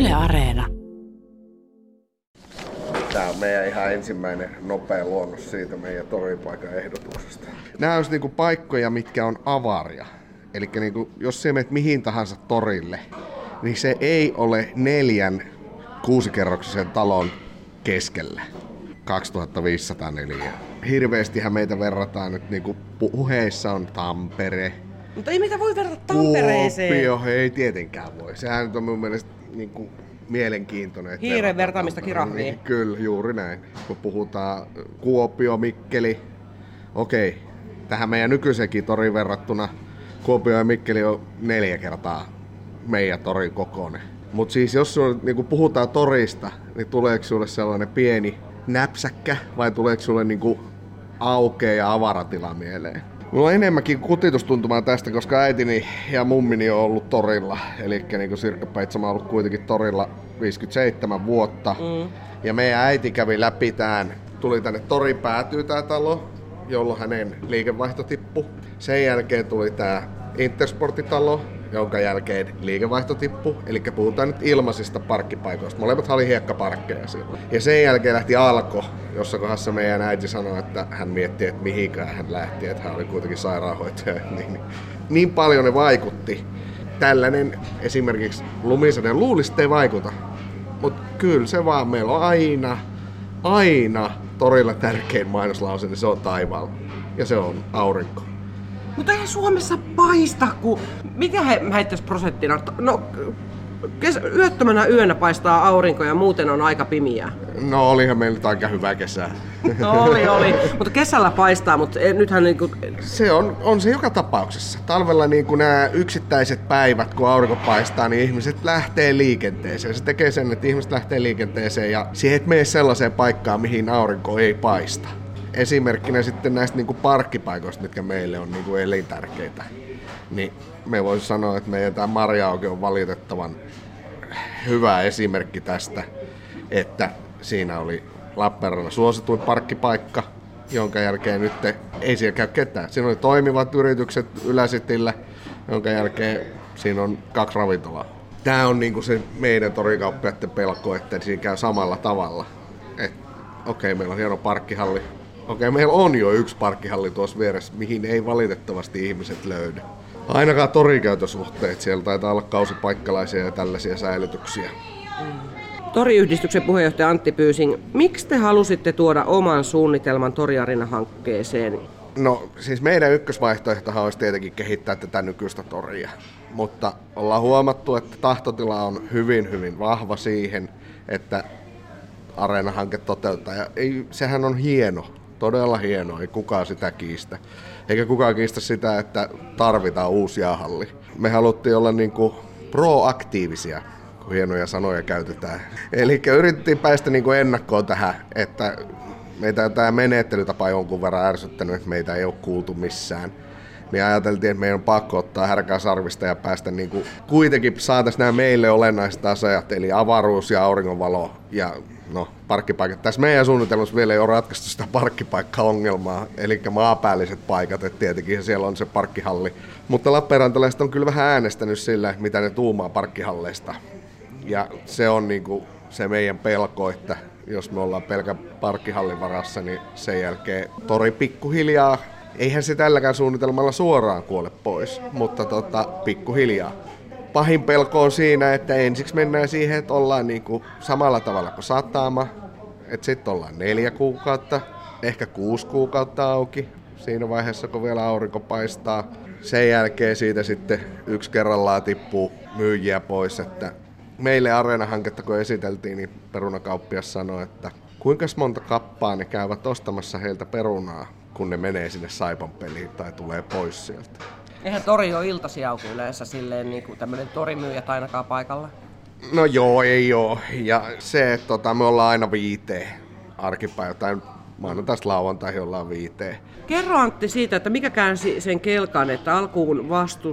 Yle Areena. Tämä on meidän ihan ensimmäinen nopea luonnos siitä meidän toripaikan ehdotuksesta. Nämä on niinku paikkoja, mitkä on avaria. Eli niinku, jos sä menet mihin tahansa torille, niin se ei ole 4 6-kerroksisen talon keskellä. 2504. Hirveästihän meitä verrataan nyt niinku puheissa on Tampere. Mutta ei meitä voi verrata Tampereeseen. Kuopio, ei tietenkään voi. Sehän nyt on mun mielestä niinku mielenkiintoinen. Hiiren vertaamista kirahviin. Niin, kyllä, juuri näin. Kun puhutaan Kuopio, Mikkeli, okei, tähän meidän nykyisenkin toriin verrattuna Kuopio ja Mikkeli on 4 kertaa meidän torin kokoinen. Mutta siis jos sulle, niin puhutaan torista, niin tuleeko sulle sellainen pieni näpsäkkä vai tuleeko sulle niin aukea ja avaratila mieleen? Mulla on enemmänkin kutitustuntumaa tästä, koska äitini ja mummini on ollut torilla. Eli niin Sirkka Peitsama on ollut kuitenkin torilla 57 vuotta. Ja meidän äiti kävi läpi tämän, tuli tänne torin päätyy tää talo, jolloin hänen liikevaihto tippui. Sen jälkeen tuli tää Intersportitalo, jonka jälkeen liikevaihto tippui. Eli puhutaan nyt ilmaisista parkkipaikoista. Molemmat oli hiekkaparkkeja siellä. Ja sen jälkeen lähti Alko, jossa kohdassa meidän äiti sanoi, että hän mietti, että mihinkään hän lähti, että hän oli kuitenkin sairaanhoitaja. Niin paljon ne vaikutti. Tällainen esimerkiksi Lumisaden luulisi, että ei vaikuta. Mutta kyllä se vaan, meillä on aina torilla tärkein mainoslause, niin se on taivaalla. Ja se on aurinko. Mutta eihän Suomessa paista, kun... Mitä he heittäis prosenttina? No, yöttömänä yönä paistaa aurinko ja muuten on aika pimiä. No olihan meillä nyt aika hyvä kesä. No, oli. Mutta kesällä paistaa, mutta nythän niinku... Se on se joka tapauksessa. Talvella niinku nämä yksittäiset päivät, kun aurinko paistaa, niin ihmiset lähtee liikenteeseen. Se tekee sen, että ihmiset lähtee liikenteeseen ja siihen et mene sellaiseen paikkaan, mihin aurinko ei paista. Esimerkkinä sitten näistä niinku parkkipaikoista, mitkä meille on niinku elintärkeitä. Niin me voisi sanoa, että meidän tämä Marjaauke on valitettavan hyvä esimerkki tästä, että siinä oli Lappeenrannan suosituin parkkipaikka, jonka jälkeen nyt ei siellä käy ketään. Siinä oli toimivat yritykset Yläsitillä, jonka jälkeen siinä on 2 ravintolaa. Tämä on niinku se meidän torikauppiaiden pelko, että siinä käy samalla tavalla. Okei, meillä on hieno parkkihalli. Okei, meillä on jo 1 parkkihalli tuossa vieressä, mihin ei valitettavasti ihmiset löydä. Ainakaan torikäytösuhteet, siellä taitaa olla kausipaikkalaisia ja tällaisia säilytyksiä. Toriyhdistyksen puheenjohtaja Antti Pyysing, miksi te halusitte tuoda oman suunnitelman Toriarina-hankkeeseen? No siis meidän ykkösvaihtoehtohan olisi tietenkin kehittää tätä nykyistä toria, mutta ollaan huomattu, että tahtotila on hyvin vahva siihen, että Areena-hanke toteuttaa. Ja sehän on hieno, todella hieno, ei kukaan sitä kiistä. Eikä kukaan kiistä sitä, että tarvitaan uusi jäähalli. Me haluttiin olla niinku proaktiivisia, kun hienoja sanoja käytetään. Eli yritettiin päästä niinku ennakkoon tähän, että meitä tämä menettelytapa jonkun verran ärsyttänyt, että meitä ei ole kuultu missään. Niin ajateltiin, että meidän on pakko ottaa härkää sarvista ja päästä niinku, kuitenkin saataisiin nämä meille olennaiset asiat, eli avaruus ja auringonvalo ja parkkipaikat. Tässä meidän suunnitelmassa vielä ei ole ratkaistu sitä parkkipaikkaongelmaa, eli maapäälliset paikat, että tietenkin siellä on se parkkihalli. Mutta Lappeenrantalaiset on kyllä vähän äänestänyt sillä, mitä ne tuumaa parkkihalleista. Ja se on niinku se meidän pelko, että jos me ollaan pelkän parkkihallin varassa, niin sen jälkeen tori pikkuhiljaa. Eihän se tälläkään suunnitelmalla suoraan kuole pois, mutta pikkuhiljaa. Pahin pelko on siinä, että ensiksi mennään siihen, että ollaan niinku samalla tavalla kuin Satama. Että sitten ollaan 4 kuukautta, ehkä 6 kuukautta auki siinä vaiheessa, kun vielä aurinko paistaa. Sen jälkeen siitä sitten 1 kerrallaan tippuu myyjiä pois. Että meille Areena-hanketta kun esiteltiin, niin perunakauppias sanoi, että kuinka monta kappaa ne käyvät ostamassa heiltä perunaa, kun ne menee sinne Saipan peliin tai tulee pois sieltä. Eihän tori ole iltasi auki yleensä silleen niin kuin tämmöinen torimyyjät ainakaan paikalla? No joo, ei oo. Ja se, että me ollaan aina 5 arkipäivä tai maanantaista lauantaihin ollaan 5. Kerro Antti siitä, että mikä käänsi sen kelkan, että alkuun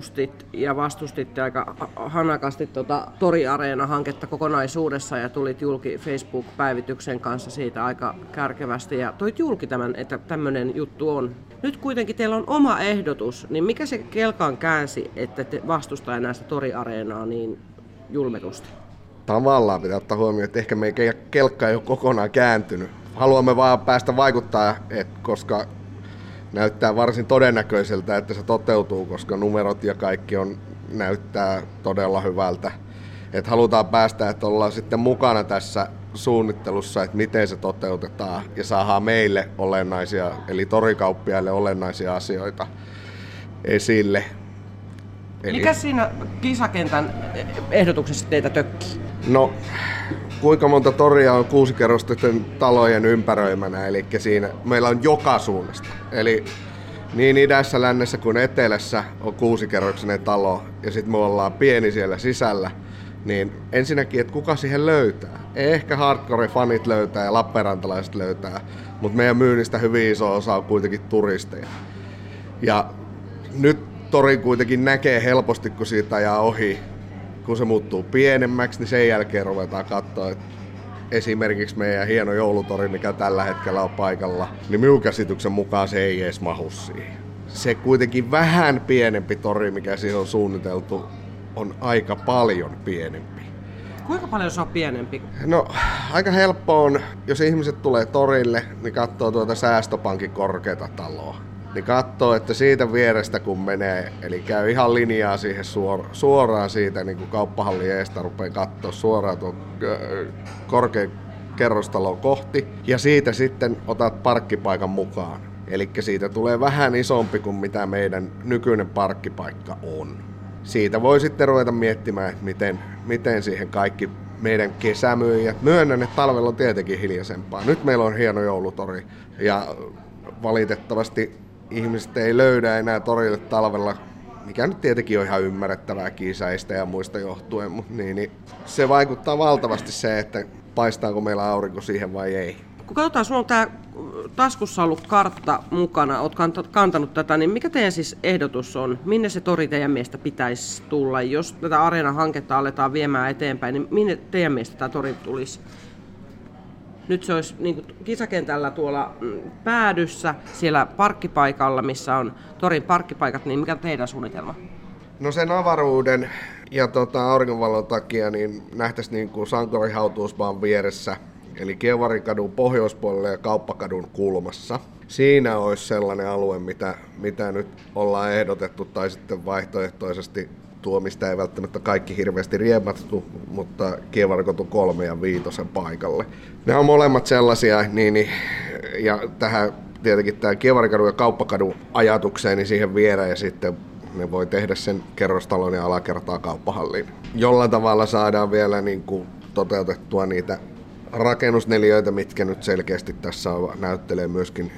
vastustitte aika hanakasti Tori-Areena-hanketta kokonaisuudessa ja tulit julki Facebook-päivityksen kanssa siitä aika kärkevästi ja toit julki tämän, että tämmöinen juttu on. Nyt kuitenkin teillä on oma ehdotus, niin mikä se kelkan käänsi, että te vastustaja näistä Tori-Areenaa niin julmetusti? tavallaan pitää ottaa huomioon, että ehkä meidän kelkka ei ole kokonaan kääntynyt. Haluamme vaan päästä vaikuttaa, koska näyttää varsin todennäköiseltä, että se toteutuu, koska numerot ja kaikki näyttää todella hyvältä. Et halutaan päästä, että ollaan sitten mukana tässä suunnittelussa, että miten se toteutetaan ja saadaan meille olennaisia, eli torikauppiaille olennaisia asioita esille. Mikä siinä kisakentän ehdotuksessa teitä tökkii? No, kuinka monta toria on 6-kerrosten talojen ympäröimänä, eli siinä meillä on joka suunnasta. Eli niin idässä, lännessä kuin etelässä on 6-kerroksinen talo ja sitten me ollaan pieni siellä sisällä. Niin ensinnäkin, että kuka siihen löytää? Ei ehkä hardcore-fanit löytää ja lappeenrantalaiset löytää, mutta meidän myynnistä hyvin iso osa on kuitenkin turisteja. Ja nyt torin kuitenkin näkee helposti, kun siitä ajaa ohi. Kun se muuttuu pienemmäksi, niin sen jälkeen ruvetaan katsoa, että esimerkiksi meidän hieno joulutori, mikä tällä hetkellä on paikalla, niin minun käsityksen mukaan se ei edes mahu siihen. Se kuitenkin vähän pienempi tori, mikä siihen on suunniteltu, on aika paljon pienempi. Kuinka paljon se on pienempi? No, aika helppo on, jos ihmiset tulee torille, niin katsoo tuota Säästöpankin korkeata taloa. Niin katsoo, että siitä vierestä kun menee, eli käy ihan linjaa siihen suoraan siitä niin kuin kauppahallin eestä, rupeaa katsoa suoraan tuon korkean kerrostalon kohti. Ja siitä sitten otat parkkipaikan mukaan. Eli siitä tulee vähän isompi kuin mitä meidän nykyinen parkkipaikka on. Siitä voi sitten ruveta miettimään, että miten siihen kaikki meidän kesämyyjät. Myönnän, että talvella on tietenkin hiljaisempaa. Nyt meillä on hieno joulutori ja valitettavasti ihmiset ei löydä enää torille talvella, mikä nyt tietenkin on ihan ymmärrettävää kiisäistä ja muista johtuen, mutta niin se vaikuttaa valtavasti se, että paistaako meillä aurinko siihen vai ei. Kun katsotaan, sulla on tämä taskussa ollut kartta mukana, olet kantanut tätä, niin mikä teidän siis ehdotus on? Minne se tori teidän mielestä pitäisi tulla? Jos tätä Areena-hanketta aletaan viemään eteenpäin, niin minne teidän mielestä tämä tori tulisi? Nyt se olisi niin kuin kisakentällä tuolla päädyssä, siellä parkkipaikalla, missä on torin parkkipaikat, niin mikä on teidän suunnitelma? No sen avaruuden ja auringonvalon takia niin nähtäisiin niin kuin Sankorin hautuusmaan vieressä, eli Kievarikadun pohjoispuolella ja Kauppakadun kulmassa. Siinä olisi sellainen alue, mitä nyt ollaan ehdotettu, tai sitten vaihtoehtoisesti tuo, mistä ei välttämättä kaikki hirveästi riemattu, mutta Kievarikatu 3 ja 5 paikalle. Ne on molemmat sellaisia, ja tähän tietenkin tämä Kievarikadun ja Kauppakadun ajatukseen, niin siihen viereen ja sitten ne voi tehdä sen kerrostalon ja alakertaa kauppahalliin. Jollain tavalla saadaan vielä niin kuin toteutettua niitä rakennusneliöitä, mitkä nyt selkeästi tässä näyttelee myöskin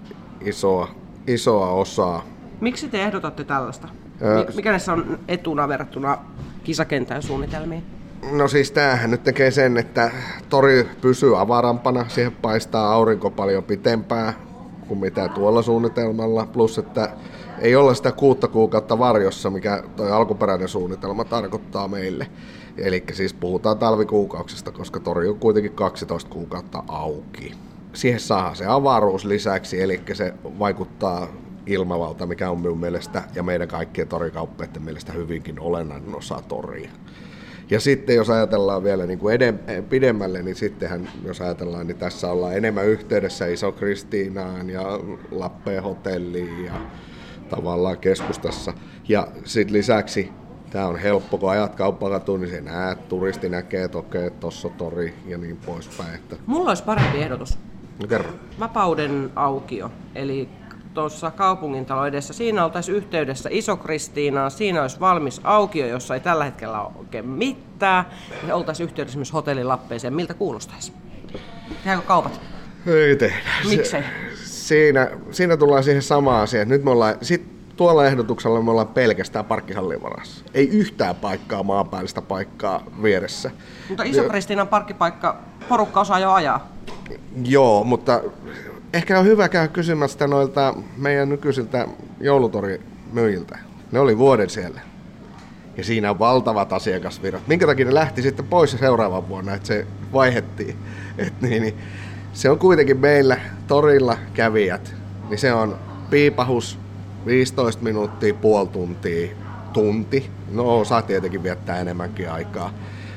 isoa osaa. Miksi te ehdotatte tällaista? Mikä näissä on etuna verrattuna kisakentän suunnitelmiin? No siis tämähän nyt tekee sen, että tori pysyy avarampana, siihen paistaa aurinko paljon pitempään kuin mitä tuolla suunnitelmalla, plus että ei olla sitä 6 kuukautta varjossa, mikä tuo alkuperäinen suunnitelma tarkoittaa meille. Eli siis puhutaan talvikuukausista, koska tori on kuitenkin 12 kuukautta auki. Siihen saa se avaruus lisäksi, eli se vaikuttaa ilmavalta, mikä on minun mielestä ja meidän kaikkien torikauppiaiden mielestä hyvinkin olennainen osa toria. Ja sitten jos ajatellaan vielä niin kuin pidemmälle, niin sittenhän jos ajatellaan, niin tässä ollaan enemmän yhteydessä Iso-Kristiinaan ja Lappeen hotelliin ja tavallaan keskustassa. Ja sitten lisäksi tämä on helppo, kun ajat Kauppakatuun, niin se näet, turisti näkee, että okei, tossa tori ja niin poispäin. Mulla olisi parempi ehdotus. No kerro. Vapauden aukio, eli tuossa kaupungintalo edessä. Siinä oltaisiin yhteydessä Iso-Kristiinaan, siinä olisi valmis aukio, jossa ei tällä hetkellä ole oikein mitään. Ja oltaisiin yhteydessä myös hotellin Lappeeseen. Miltä kuulostaisi? Tehdäänkö kaupat? Ei tehdä. Miksei? Siinä tullaan siihen samaan asiaan. Nyt me ollaan, tuolla ehdotuksella me ollaan pelkästään parkkihallin varassa. Ei yhtään paikkaa, maapäällistä paikkaa vieressä. Mutta Iso-Kristiinan parkkipaikka, porukka osaa jo ajaa. Joo, mutta ehkä on hyvä käydä kysymästä noilta meidän nykyisiltä joulutorimyyjiltä. Ne oli vuoden siellä. Ja siinä on valtavat asiakasvirrat. Minkä takia ne lähti sitten pois seuraavan vuonna, että se vaihettiin. Se on kuitenkin meillä torilla kävijät, niin se on piipahus 15 minuuttia, puoli tuntia, tunti. No osa tietenkin viettää enemmänkin aikaa.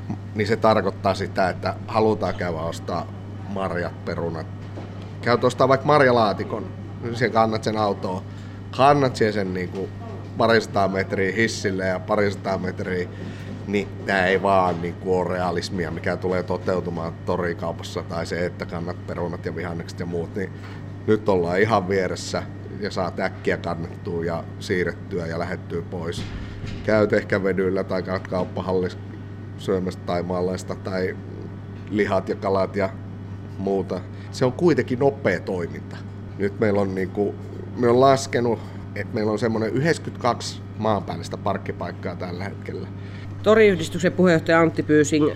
niin se tarkoittaa sitä, että halutaan käydä ostaa marjat, perunat. Käyt ostaa vaikka marjalaatikon, niin sen kannat sen autoon, kannat sen niin kuin parisataa metriä hissille ja parisataa metriä, niin tämä ei vaan niin kuin ole realismia, mikä tulee toteutumaan torikaupassa, tai se, että kannat perunat ja vihannekset ja muut, niin nyt ollaan ihan vieressä ja saat äkkiä kannettua ja siirrettyä ja lähettyä pois. Käyt ehkä vedyllä tai käyt kauppahallissa syömästä tai maalaista tai lihat ja kalat ja muuta. Se on kuitenkin nopea toiminta. Nyt meillä on me on laskenut, että meillä on semmoinen 92 maanpäällistä parkkipaikkaa tällä hetkellä. Toriyhdistyksen puheenjohtaja Antti Pyysing,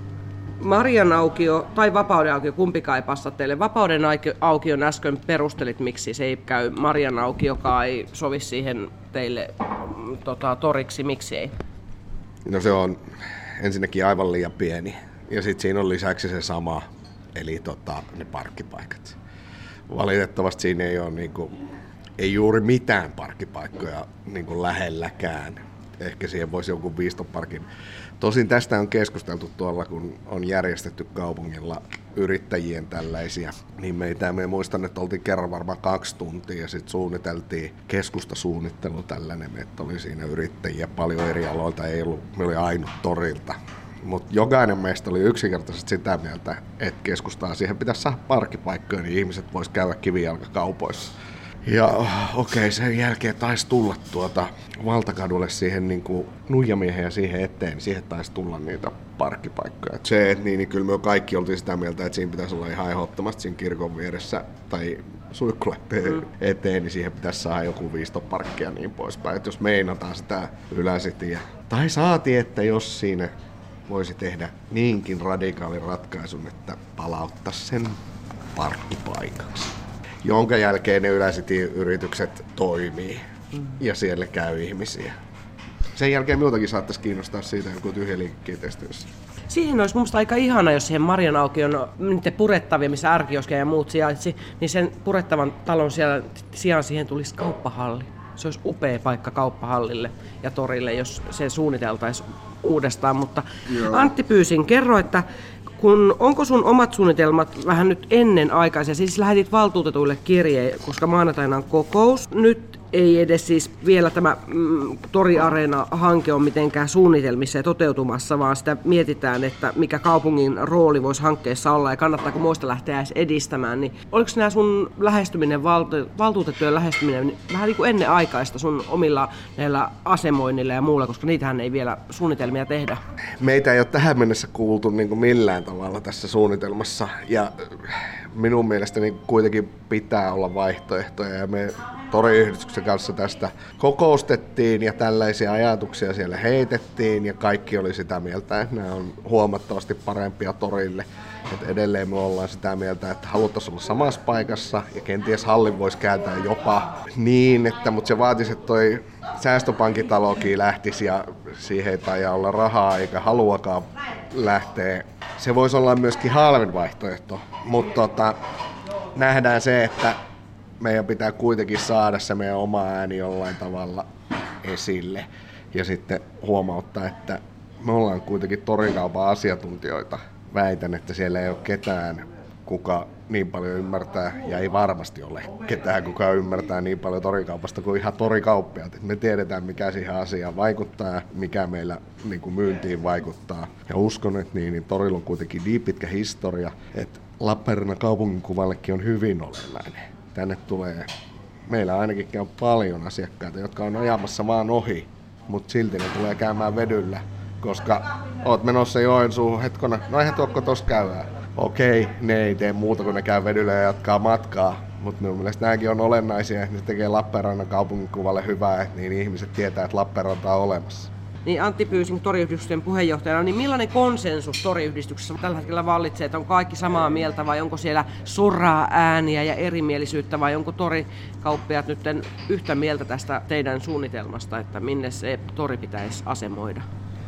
Marian aukio tai Vapauden aukio, kumpikaan ei passa teille. Vapauden aukion äsken perustelit, miksi se ei käy. Marian aukio, joka ei sovi siihen teille toriksi, miksi ei? No se on ensinnäkin aivan liian pieni. Ja sitten siinä on lisäksi se sama, eli ne parkkipaikat. Valitettavasti siinä ei ole ei juuri mitään parkkipaikkoja lähelläkään. Ehkä siihen voisi jonkun viistoparkin. Tosin tästä on keskusteltu tuolla, kun on järjestetty kaupungilla yrittäjien tällaisia. Niin me muistan, että oltiin kerran varmaan 2 tuntia ja sitten suunniteltiin keskustasuunnittelu tällainen, että oli siinä yrittäjiä paljon eri aloilta, ei ollut, me oli ainut torilta. Mutta jokainen meistä oli yksinkertaisesti sitä mieltä, että keskustaa siihen pitäisi saada parkkipaikkoja, niin ihmiset vois käydä kivijalkakaupoissa. Ja okei, sen jälkeen taisi tulla Valtakadulle siihen nuijamiehen ja siihen eteen, siihen taisi tulla niitä parkkipaikkoja. Niin kyllä me kaikki oltiin sitä mieltä, että siinä pitäisi olla ihan ehdottomasti siinä kirkon vieressä tai suihkulähteen eteen, niin siihen pitäisi saada joku viistoparkki ja niin poispäin. Että jos meinataan sitä Yläsitiä. Tai saatiin, että jos siinä voisi tehdä niinkin radikaalin ratkaisun, että palauttaisi sen parkkipaikaksi. Jonka jälkeen ne Yläcity-yritykset toimii ja siellä käy ihmisiä. Sen jälkeen minultakin saattaisi kiinnostaa siitä joku tyhjä liikekiinteistössä. Siihen olisi minusta aika ihana, jos siihen Marian aukion niiden purettavia, missä ärkioskeja ja muut sijaitsi, niin sen purettavan talon sijaan siihen tulisi kauppahalli. Se olisi upea paikka kauppahallille ja torille, jos se suunniteltaisiin uudestaan. Mutta joo. Antti Pyysing, kerro, että onko sun omat suunnitelmat vähän nyt ennenaikaisia? Siis lähetit valtuutetuille kirjeen, koska maanantaina on kokous. Nyt ei edes siis vielä tämä Tori-areena-hanke on mitenkään suunnitelmissa ja toteutumassa, vaan sitä mietitään, että mikä kaupungin rooli voisi hankkeessa olla ja kannattaako muista lähteä edes edistämään. Niin oliko nämä sun lähestyminen, valtuutettujen lähestyminen vähän niin kuin ennenaikaista sun omilla näillä asemoinnilla ja muulla, koska niitähän ei vielä suunnitelmia tehdä? Meitä ei ole tähän mennessä kuultu millään tavalla tässä suunnitelmassa ja minun mielestäni kuitenkin pitää olla vaihtoehtoja ja me Tori-yhdistyksen kanssa tästä kokoustettiin ja tällaisia ajatuksia siellä heitettiin ja kaikki oli sitä mieltä, että nämä on huomattavasti parempia torille. Et edelleen me ollaan sitä mieltä, että haluttaisiin olla samassa paikassa ja kenties hallin voisi kääntää jopa niin, mutta se vaatisi, että toi säästöpankitalokin lähtisi ja siihen ei taida olla rahaa eikä haluakaan lähteä. Se voisi olla myöskin halvin vaihtoehto, mutta nähdään se, että meidän pitää kuitenkin saada se meidän oma ääni jollain tavalla esille ja sitten huomauttaa, että me ollaan kuitenkin torikaupan asiantuntijoita. Väitän, että siellä ei ole ketään, kuka niin paljon ymmärtää, ja ei varmasti ole ketään, kuka ymmärtää niin paljon torikaupasta kuin ihan torikauppiaat. Me tiedetään, mikä siihen asiaan vaikuttaa, mikä meillä myyntiin vaikuttaa. Ja uskon, että niin torilla on kuitenkin niin pitkä historia, että Lappeenrannan kaupunginkuvallekin on hyvin olennainen. Tänne tulee, meillä ainakin käy paljon asiakkaita, jotka on ajamassa maan ohi, mutta silti ne tulee käymään vedyllä, koska oot menossa Joensuuhun hetkona, no eihän tuokko tossa käydään. Okei, ne ei tee muuta kuin ne käy vedyllä ja jatkaa matkaa, mutta minun mielestä nämäkin on olennaisia, että ne tekee Lappeenrannan kaupunkikuvalle hyvää, että niin ihmiset tietää, että Lappeenranta on olemassa. Niin Antti Pyysing Tori-yhdistyksen puheenjohtajana, niin millainen konsensus Tori-yhdistyksessä tällä hetkellä vallitsee, että on kaikki samaa mieltä vai onko siellä surraa ääniä ja erimielisyyttä vai onko torikauppiaat nyt yhtä mieltä tästä teidän suunnitelmasta, että minne se tori pitäisi asemoida?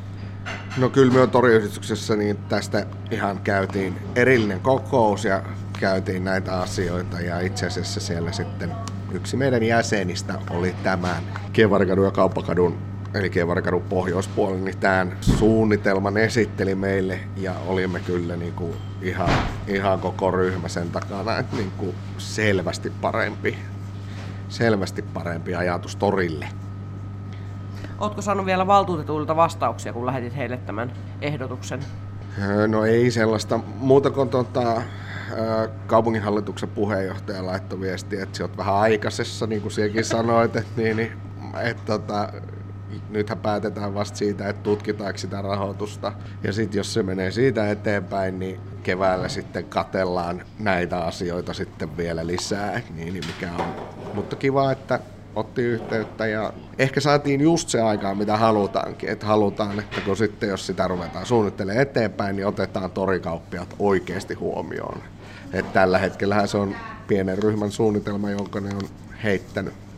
No kyllä me Tori-yhdistyksessä niin tästä ihan käytiin erillinen kokous ja käytiin näitä asioita ja itse asiassa siellä sitten yksi meidän jäsenistä oli tämän Kievarikadun ja Kauppakadun eli Kievarikadun pohjoispuolella, niin tämän suunnitelman esitteli meille ja olimme kyllä niin kuin ihan koko ryhmä sen takana, että niin kuin selvästi parempi ajatus torille. Ootko saanut vielä valtuutetuilta vastauksia, kun lähetit heille tämän ehdotuksen? No ei sellaista, muuta kuin kaupunginhallituksen puheenjohtaja laittoi viestiä, että sä oot vähän aikaisessa, niin kuin sinäkin sanoit, että nythän päätetään vasta siitä, että tutkitaanko sitä rahoitusta. Ja sitten jos se menee siitä eteenpäin, niin keväällä sitten katsellaan näitä asioita sitten vielä lisää. Niin mikä on. Mutta kiva, että otti yhteyttä ja ehkä saatiin just se aikaa, mitä halutaankin. Että halutaan, että kun sitten jos sitä ruvetaan suunnittelemaan eteenpäin, niin otetaan torikauppiaat oikeasti huomioon. Että tällä hetkellähän se on pienen ryhmän suunnitelma, jonka ne on heittänyt.